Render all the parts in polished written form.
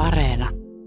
Areena.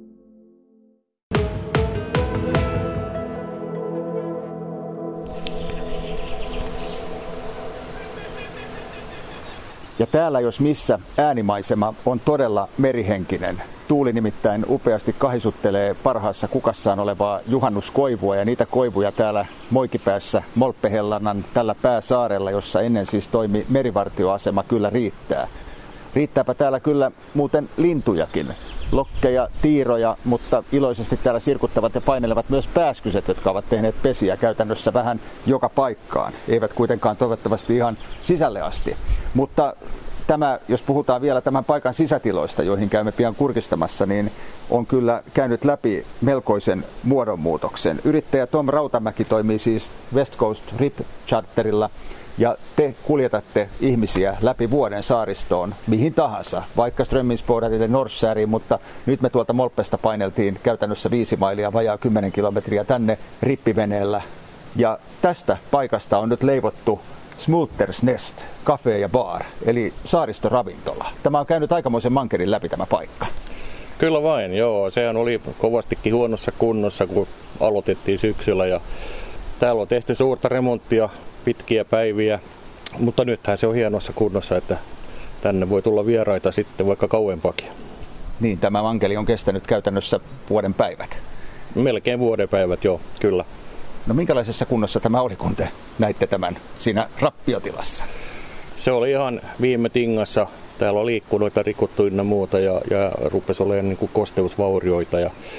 Ja täällä jos missä äänimaisema on todella merihenkinen. Tuuli nimittäin upeasti kahisuttelee parhaassa kukassaan olevaa juhannuskoivua ja niitä koivuja täällä Moikipäässä Molppehellannan tällä pääsaarella, jossa ennen siis toimi merivartioasema, kyllä riittää. Riittääpä täällä kyllä muuten lintujakin, lokkeja, tiiroja, mutta iloisesti täällä sirkuttavat ja painelevat myös pääskyset, jotka ovat tehneet pesiä käytännössä vähän joka paikkaan. Eivät kuitenkaan toivottavasti ihan sisälle asti. Mutta tämä, jos puhutaan vielä tämän paikan sisätiloista, joihin käymme pian kurkistamassa, niin on kyllä käynyt läpi melkoisen muodonmuutoksen. Yrittäjä Tom Rautamäki toimii siis West Coast Rip Charterilla. Ja te kuljetatte ihmisiä läpi vuoden saaristoon mihin tahansa, vaikka Strömmingsborgille Norrskäriin, mutta nyt me tuolta Molppesta paineltiin käytännössä 5 mailia, vajaa 10 kilometriä tänne rippiveneellä. Ja tästä paikasta on nyt leivottu Smulters Nest, cafe ja bar, eli saaristoravintola. Tämä on käynyt aikamoisen mankerin läpi tämä paikka. Kyllä vain, joo. Sehän oli kovastikin huonossa kunnossa, kun aloitettiin syksyllä. Ja täällä on tehty suurta remonttia, pitkiä päiviä, mutta nythän se on hienossa kunnossa, että tänne voi tulla vieraita sitten vaikka kauempaakin. Niin, tämä mankeli on kestänyt käytännössä vuoden päivät. Melkein vuoden päivät, joo, kyllä. No minkälaisessa kunnossa tämä oli, kun te näitte tämän siinä rappiotilassa? Se oli ihan viime tingassa. Täällä on liikkunoita, rikottu ynnä muuta ja rupesi olemaan niin kuin kosteusvaurioita.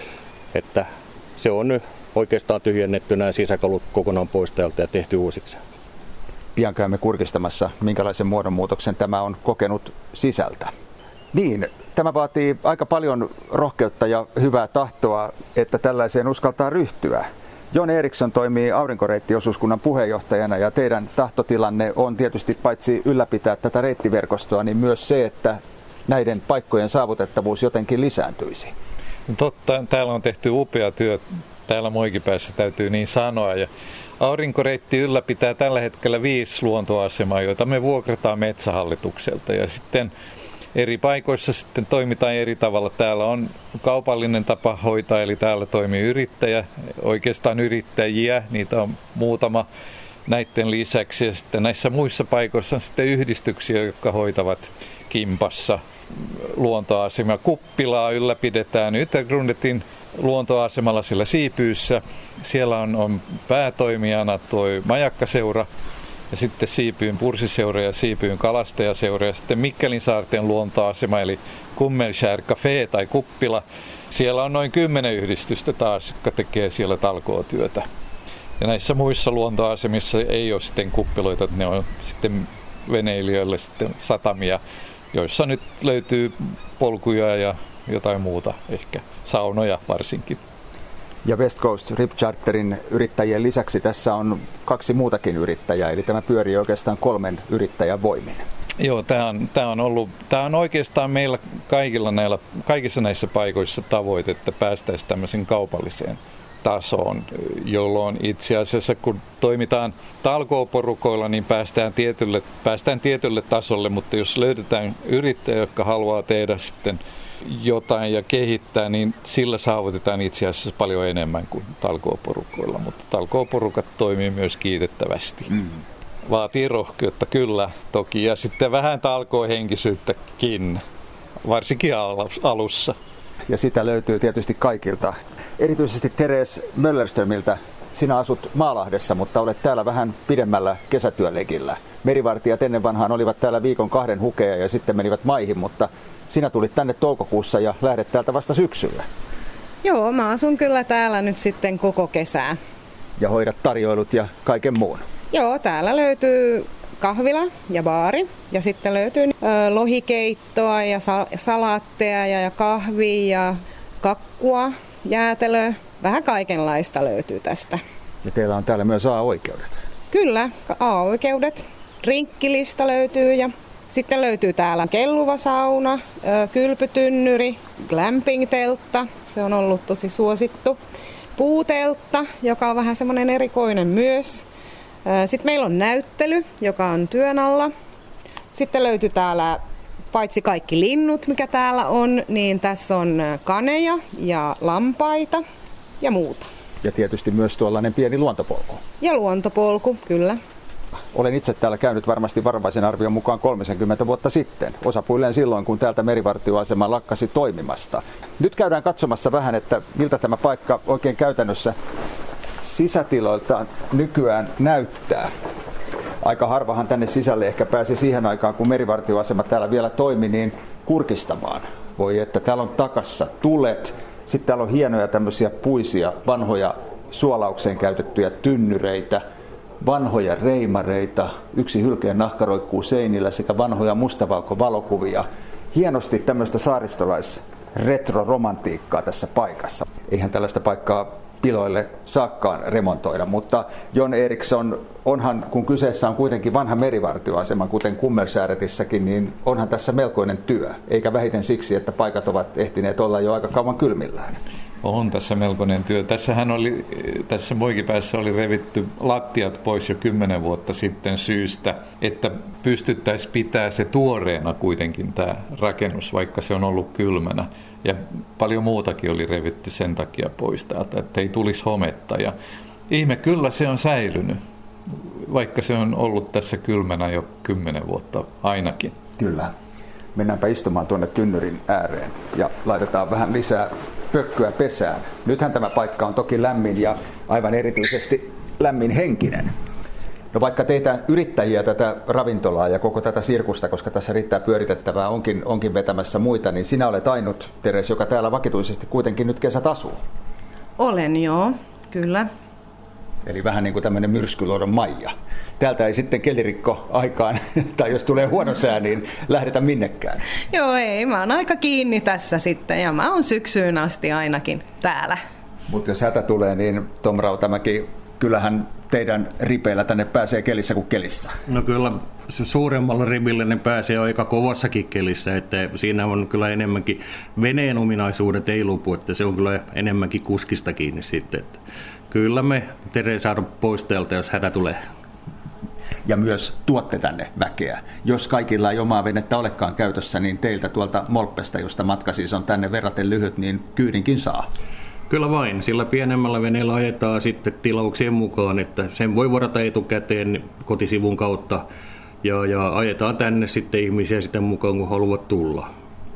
Että se on nyt oikeastaan tyhjennetty nämä sisäkalut kokonaan pois täältä ja tehty uusiksi. Pian käymme kurkistamassa, minkälaisen muodonmuutoksen tämä on kokenut sisältä. Niin, tämä vaatii aika paljon rohkeutta ja hyvää tahtoa, että tällaiseen uskaltaa ryhtyä. Jon Eriksson toimii Aurinkoreittiosuuskunnan puheenjohtajana ja teidän tahtotilanne on tietysti paitsi ylläpitää tätä reittiverkostoa, niin myös se, että näiden paikkojen saavutettavuus jotenkin lisääntyisi. Totta, täällä on tehty upea työ. Täällä Moikipäässä täytyy niin sanoa. Ja Aurinkoreitti ylläpitää tällä hetkellä 5 luontoasemaa, joita me vuokrataan Metsähallitukselta. Ja sitten eri paikoissa sitten toimitaan eri tavalla. Täällä on kaupallinen tapa hoitaa, eli täällä toimii yrittäjä, oikeastaan yrittäjiä, niitä on muutama näiden lisäksi. Ja sitten näissä muissa paikoissa on sitten yhdistyksiä, jotka hoitavat kimpassa luontoasemia. Kuppilaa ylläpidetään Yttergrundetin luontoasemalla siellä Siipyyssä. Siellä on päätoimijana tuo Majakkaseura ja sitten Siipyyn pursiseura ja Siipyyn kalastajaseura ja sitten Mikkelinsaarten luontoasema eli Kummelskär Café tai Kuppila. Siellä on noin 10 yhdistystä taas, jotka tekee siellä talkootyötä. Ja näissä muissa luontoasemissa ei ole sitten kuppiloita, ne on sitten veneilijöille sitten satamia, joissa nyt löytyy polkuja ja jotain muuta, ehkä saunoja varsinkin. Ja West Coast Rip Charterin yrittäjien lisäksi tässä on 2 muutakin yrittäjää, eli tämä pyörii oikeastaan 3 yrittäjän voimin. Joo, tämä on oikeastaan meillä kaikissa näissä paikoissa tavoite, että päästäisiin tämmöisen kaupalliseen tasoon, jolloin itse asiassa kun toimitaan talkooporukoilla, niin päästään tietylle tasolle, mutta jos löydetään yrittäjä, joka haluaa tehdä sitten jotain ja kehittää, niin sillä saavutetaan itse asiassa paljon enemmän kuin talkooporukoilla, mutta talkooporukat toimii myös kiitettävästi. Vaatii rohkeutta kyllä toki ja sitten vähän talkoohenkisyyttäkin, varsinkin alussa. Ja sitä löytyy tietysti kaikilta. Erityisesti Teres Möllerströmiltä. Sinä asut Maalahdessa, mutta olet täällä vähän pidemmällä kesätyölegillä. Merivartijat ennen vanhaan olivat täällä 1-2 hukeja ja sitten menivät maihin, mutta sinä tulit tänne toukokuussa ja lähdet täältä vasta syksyllä. Joo, mä asun kyllä täällä nyt sitten koko kesää. Ja hoidat tarjoilut ja kaiken muun. Joo, täällä löytyy kahvila ja baari ja sitten löytyy lohikeittoa ja salaatteja ja kahvia ja kakkua, jäätelöä. Vähän kaikenlaista löytyy tästä. Ja teillä on täällä myös A-oikeudet. Kyllä, A-oikeudet. Drinkkilista löytyy ja sitten löytyy täällä kelluva sauna, kylpytynnyri, glamping-teltta. Se on ollut tosi suosittu. Puuteltta, joka on vähän semmoinen erikoinen myös. Sitten meillä on näyttely, joka on työn alla. Sitten löytyy täällä paitsi kaikki linnut, mikä täällä on, niin tässä on kaneja ja lampaita ja muuta. Ja tietysti myös tuollainen pieni luontopolku. Ja luontopolku, kyllä. Olen itse täällä käynyt varmasti varovaisen arvion mukaan 30 vuotta sitten. Osapuilleen silloin, kun täältä merivartioasema lakkasi toimimasta. Nyt käydään katsomassa vähän, että miltä tämä paikka oikein käytännössä sisätiloiltaan nykyään näyttää. Aika harvahan tänne sisälle ehkä pääsi siihen aikaan, kun merivartioasema täällä vielä toimi, niin kurkistamaan. Voi että täällä on takassa tulet, sitten täällä on hienoja tämmöisiä puisia, vanhoja suolaukseen käytettyjä tynnyreitä, vanhoja reimareita, yksi hylkeen nahka roikkuu seinillä sekä vanhoja mustavalkovalokuvia. Hienosti tämmöistä saaristolais-retroromantiikkaa tässä paikassa. Eihän tällaista paikkaa tiloille saakkaan remontoida, mutta John Eriksson, onhan, kun kyseessä on kuitenkin vanha merivartioasema, kuten Kummelsäretissäkin, niin onhan tässä melkoinen työ, eikä vähiten siksi, että paikat ovat ehtineet olla jo aika kauan kylmillään. On tässä melkoinen työ. Tässä Moikipäässä oli revitty lattiat pois jo 10 vuotta sitten syystä, että pystyttäisiin pitämään se tuoreena kuitenkin tämä rakennus, vaikka se on ollut kylmänä. Ja paljon muutakin oli revitty sen takia pois täältä, että ei tulisi hometta. Ja ihme kyllä se on säilynyt, vaikka se on ollut tässä kylmänä jo 10 vuotta ainakin. Kyllä. Mennäänpä istumaan tuonne tynnyrin ääreen ja laitetaan vähän lisää pökköä pesään. Nythän tämä paikka on toki lämmin ja aivan erityisesti lämmin henkinen. No vaikka teitä yrittäjiä tätä ravintolaa ja koko tätä sirkusta, koska tässä riittää pyöritettävää, onkin vetämässä muita, niin sinä olet ainut, Teres, joka täällä vakituisesti kuitenkin nyt kesät asuu. Olen joo, kyllä. Eli vähän niin kuin tämmöinen myrskyluodon Maija. Täältä ei sitten kelirikko aikaan, tai jos tulee huono sää, niin lähdetä minnekään. Joo ei, mä oon aika kiinni tässä sitten ja mä oon syksyyn asti ainakin täällä. Mutta jos hätä tulee, niin Tom Rautamäki, kyllähän teidän ripeillä tänne pääsee kelissä kuin kelissä. No kyllä suuremmalla rivillä ne pääsee aika kovassakin kelissä, että siinä on kyllä enemmänkin veneen ominaisuudet ei lupu, että se on kyllä enemmänkin kuskista kiinni sitten. Että kyllä me Tere saada pois täältä, jos hätä tulee. Ja myös tuotte tänne väkeä. Jos kaikilla ei omaa venettä olekaan käytössä, niin teiltä tuolta Molppesta, josta matka siis on tänne verraten lyhyt, niin kyydinkin saa. Kyllä vain, sillä pienemmällä veneellä ajetaan sitten tilauksien mukaan, että sen voi varata etukäteen kotisivun kautta ja ajetaan tänne sitten ihmisiä sitten mukaan, kun haluavat tulla.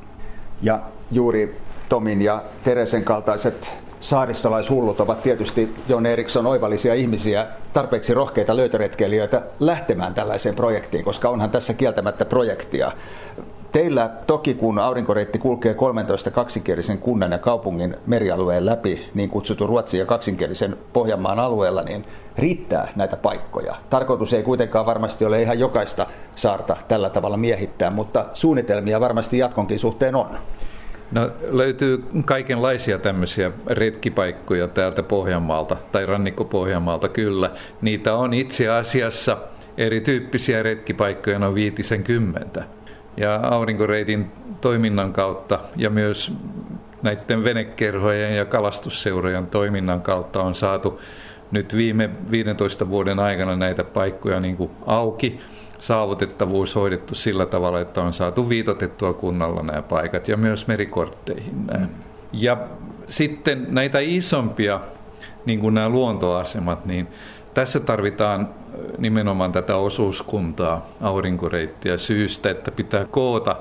Ja juuri Tomin ja Teresen kaltaiset saaristolaishullut ovat tietysti John Eriksson oivallisia ihmisiä, tarpeeksi rohkeita löytöretkeilijöitä lähtemään tällaiseen projektiin, koska onhan tässä kieltämättä projektia. Teillä toki, kun aurinkoreitti kulkee 13 kaksikielisen kunnan ja kaupungin merialueen läpi, niin kutsutun Ruotsin ja kaksinkielisen Pohjanmaan alueella, niin riittää näitä paikkoja. Tarkoitus ei kuitenkaan varmasti ole ihan jokaista saarta tällä tavalla miehittää, mutta suunnitelmia varmasti jatkonkin suhteen on. No, löytyy kaikenlaisia tämmöisiä retkipaikkoja täältä Pohjanmaalta tai rannikko-Pohjanmaalta kyllä. Niitä on itse asiassa erityyppisiä retkipaikkoja noin 50. Ja aurinkoreitin toiminnan kautta ja myös näiden venekerhojen ja kalastusseurojen toiminnan kautta on saatu nyt viime 15 vuoden aikana näitä paikkoja niin kuin auki. Saavutettavuus hoidettu sillä tavalla, että on saatu viitotettua kunnalla nämä paikat ja myös merikortteihin nämä. Ja sitten näitä isompia, niin kuin nämä luontoasemat, niin tässä tarvitaan nimenomaan tätä osuuskuntaa, aurinkoreittiä syystä, että pitää koota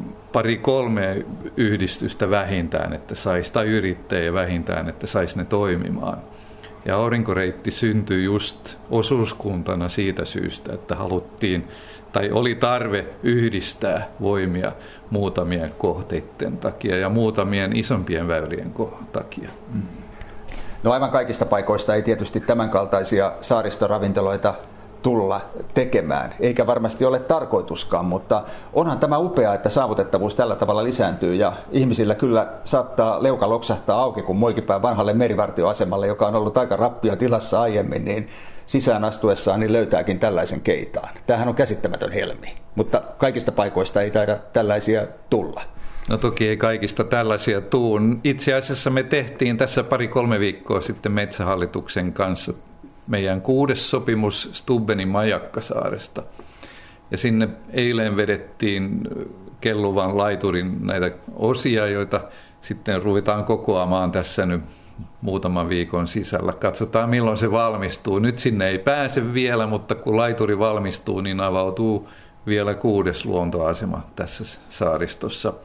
2-3 yhdistystä vähintään, että saisi, tai yrittäjiä vähintään, että saisi ne toimimaan. Ja aurinkoreitti syntyi just osuuskuntana siitä syystä, että haluttiin tai oli tarve yhdistää voimia muutamien kohteiden takia ja muutamien isompien väylien takia. No aivan kaikista paikoista ei tietysti tämänkaltaisia saaristoravintoloita tulla tekemään, eikä varmasti ole tarkoituskaan, mutta onhan tämä upea, että saavutettavuus tällä tavalla lisääntyy ja ihmisillä kyllä saattaa leuka loksahtaa auki, kun Moikipään vanhalle merivartioasemalle, joka on ollut aika rappiotilassa aiemmin, niin sisään astuessaan niin löytääkin tällaisen keitaan. Tämähän on käsittämätön helmi, mutta kaikista paikoista ei taida tällaisia tulla. No toki ei kaikista tällaisia tuu. Itse asiassa me tehtiin tässä 2-3 viikkoa sitten Metsähallituksen kanssa meidän 6. sopimus Stubbenin Majakkasaaresta. Ja sinne eilen vedettiin kelluvan laiturin näitä osia, joita sitten ruvetaan kokoamaan tässä nyt muutaman viikon sisällä. Katsotaan milloin se valmistuu. Nyt sinne ei pääse vielä, mutta kun laituri valmistuu, niin avautuu vielä 6. luontoasema tässä saaristossa.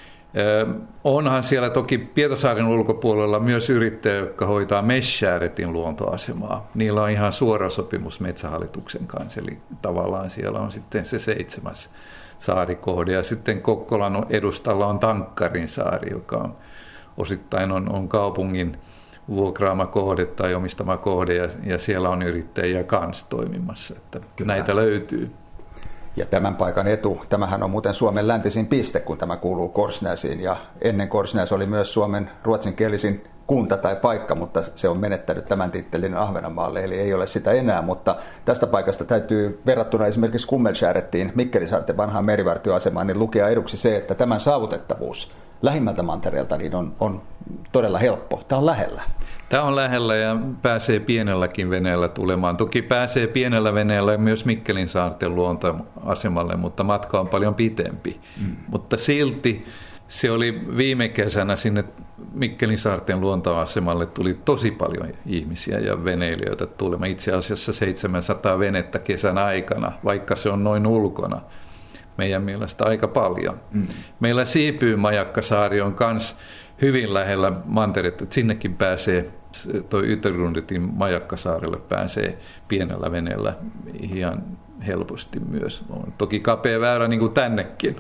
Onhan siellä toki Pietarsaaren ulkopuolella myös yrittäjä, jotka hoitaa Meschäretin luontoasemaa. Niillä on ihan suora sopimus Metsähallituksen kanssa, eli tavallaan siellä on sitten se 7. saarikohde. Ja sitten Kokkolan edustalla on Tankkarin saari, joka on osittain on kaupungin vuokraama kohde tai omistama kohde, ja siellä on yrittäjiä kanssa toimimassa, että kyllä näitä löytyy. Ja tämän paikan etu, tämähän on muuten Suomen läntisin piste, kun tämä kuuluu Korsnäsiin, ja ennen Korsnäs oli myös Suomen ruotsinkielisin kunta tai paikka, mutta se on menettänyt tämän tittelin Ahvenanmaalle, eli ei ole sitä enää, mutta tästä paikasta täytyy verrattuna esimerkiksi Kummelskärrettiin, Mikkelisaarten vanhaan merivartioasemaan, niin lukea eduksi se, että tämän saavutettavuus lähimmältä mantereelta niin on todella helppo. Tämä on lähellä. Tämä on lähellä ja pääsee pienelläkin veneellä tulemaan. Toki pääsee pienellä veneellä myös Mikkelinsaarten luontoasemalle, mutta matka on paljon pitempi. Mutta silti se oli viime kesänä sinne Mikkelinsaarten luontoasemalle tuli tosi paljon ihmisiä ja veneilijöitä tulemaan. Itse asiassa 700 venettä kesän aikana, vaikka se on noin ulkona. Meidän mielestä aika paljon. Meillä Siipyyn-Majakkasaari on myös hyvin lähellä manteretta, että sinnekin pääsee, toi Yttergrunditin Majakkasaarelle pääsee pienellä veneellä ihan helposti myös. On toki kapea väylä niin kuin tännekin.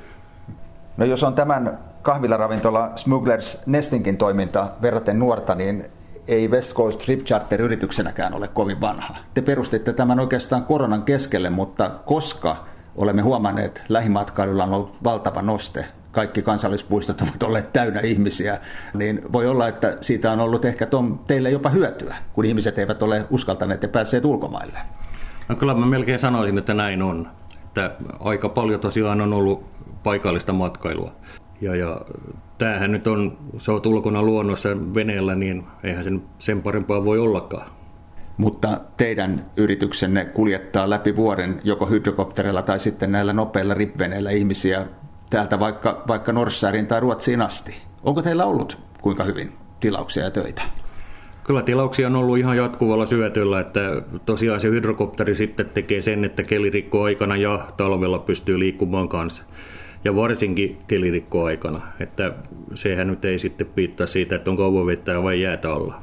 No jos on tämän kahvilaravintola Smugglers Nestinkin toiminta verraten nuorta, niin ei West Coast Trip Charter-yrityksenäkään ole kovin vanha. Te perustitte tämän oikeastaan koronan keskelle, mutta koska olemme huomanneet, lähimatkailulla on ollut valtava noste. Kaikki kansallispuistot ovat olleet täynnä ihmisiä, niin voi olla, että siitä on ollut ehkä teille jopa hyötyä, kun ihmiset eivät ole uskaltaneet ja päässeet ulkomaille. No kyllä mä melkein sanoisin, että näin on. Että aika paljon tosiaan on ollut paikallista matkailua. Ja tämähän nyt on, se on ulkona luonnossa veneellä, niin eihän sen parempaa voi ollakaan. Mutta teidän yrityksenne kuljettaa läpi vuoden joko hydrokopterilla tai sitten näillä nopeilla ripveneillä ihmisiä täältä vaikka Norssääriin tai Ruotsiin asti. Onko teillä ollut kuinka hyvin tilauksia ja töitä? Kyllä tilauksia on ollut ihan jatkuvalla syötöllä, että tosiaan se hydrokopteri sitten tekee sen, että kelirikkoaikana ja talvella pystyy liikkumaan kanssa. Ja varsinkin kelirikkoaikana, että sehän nyt ei sitten piittaa siitä, että on kauan vettä vai jäätä alla.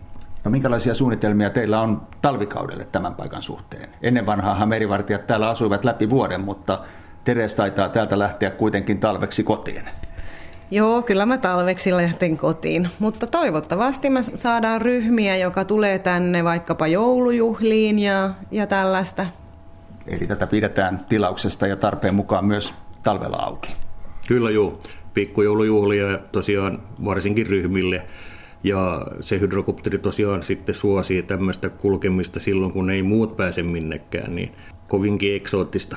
No minkälaisia suunnitelmia teillä on talvikaudelle tämän paikan suhteen? Ennen vanhaahan merivartijat täällä asuivat läpi vuoden, mutta Teres taitaa täältä lähteä kuitenkin talveksi kotiin. Joo, kyllä mä talveksi lähten kotiin, mutta toivottavasti me saadaan ryhmiä, joka tulee tänne vaikkapa joulujuhliin ja tällaista. Eli tätä pidetään tilauksesta ja tarpeen mukaan myös talvella auki. Kyllä joo, pikkujoulujuhlia tosiaan varsinkin ryhmille. Ja se hydrokopteri tosiaan sitten suosii tämmöistä kulkemista silloin, kun ei muut pääse minnekään, niin kovinkin eksoottista.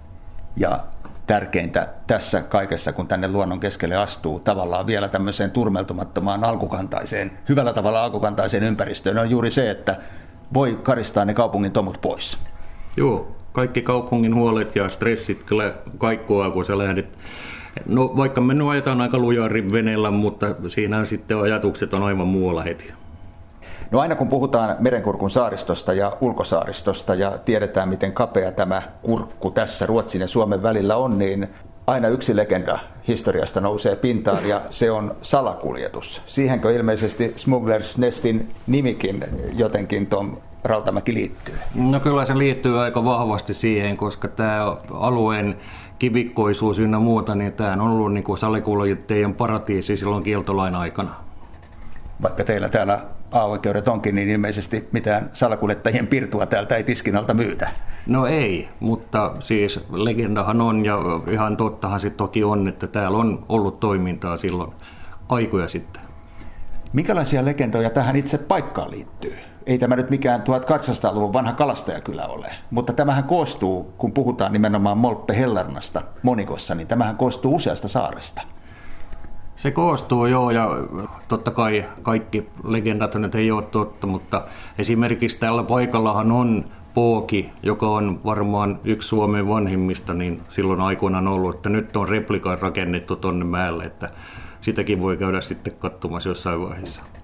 Ja tärkeintä tässä kaikessa, kun tänne luonnon keskelle astuu, tavallaan vielä tämmöiseen turmeltumattomaan alkukantaiseen, hyvällä tavalla alkukantaiseen ympäristöön, on juuri se, että voi karistaa ne kaupungin tomut pois. Joo, kaikki kaupungin huolet ja stressit kyllä kaikkoa, kun sä lähdet. No vaikka me nyt ajetaan aika lujaa veneellä, mutta siinä sitten ajatukset on aivan muualla heti. No aina kun puhutaan Merenkurkun saaristosta ja ulkosaaristosta ja tiedetään miten kapea tämä kurkku tässä Ruotsin ja Suomen välillä on, niin aina yksi legenda historiasta nousee pintaan ja se on salakuljetus. Siihenkö ilmeisesti Smugglers Nestin nimikin jotenkin Tom Rautamäki liittyy? No kyllä se liittyy aika vahvasti siihen, koska tämä alueen kivikkoisuus ynnä muuta, niin tämä on ollut niin kuin salakuljettajien paratiisi silloin kieltolain aikana. Vaikka teillä täällä A-oikeudet onkin, niin ilmeisesti mitään salakuljettajien pirtua täältä ei tiskin alta myydä. No ei, mutta siis legendahan on ja ihan tottahan se toki on, että täällä on ollut toimintaa silloin aikoja sitten. Minkälaisia legendoja tähän itse paikkaan liittyy? Ei tämä nyt mikään 1800-luvun vanha kalastajakylä ole, mutta tämähän koostuu, kun puhutaan nimenomaan Molpe-Hellernasta Monikossa, niin tämähän koostuu useasta saaresta. Se koostuu joo, ja totta kai kaikki legendat nyt ei ole totta, mutta esimerkiksi tällä paikallahan on Ooki, joka on varmaan yksi Suomen vanhimmista, niin silloin aikoinaan ollut, että nyt on replika rakennettu tonne mäelle, että sitäkin voi käydä sitten katsomassa jossain vaiheessa.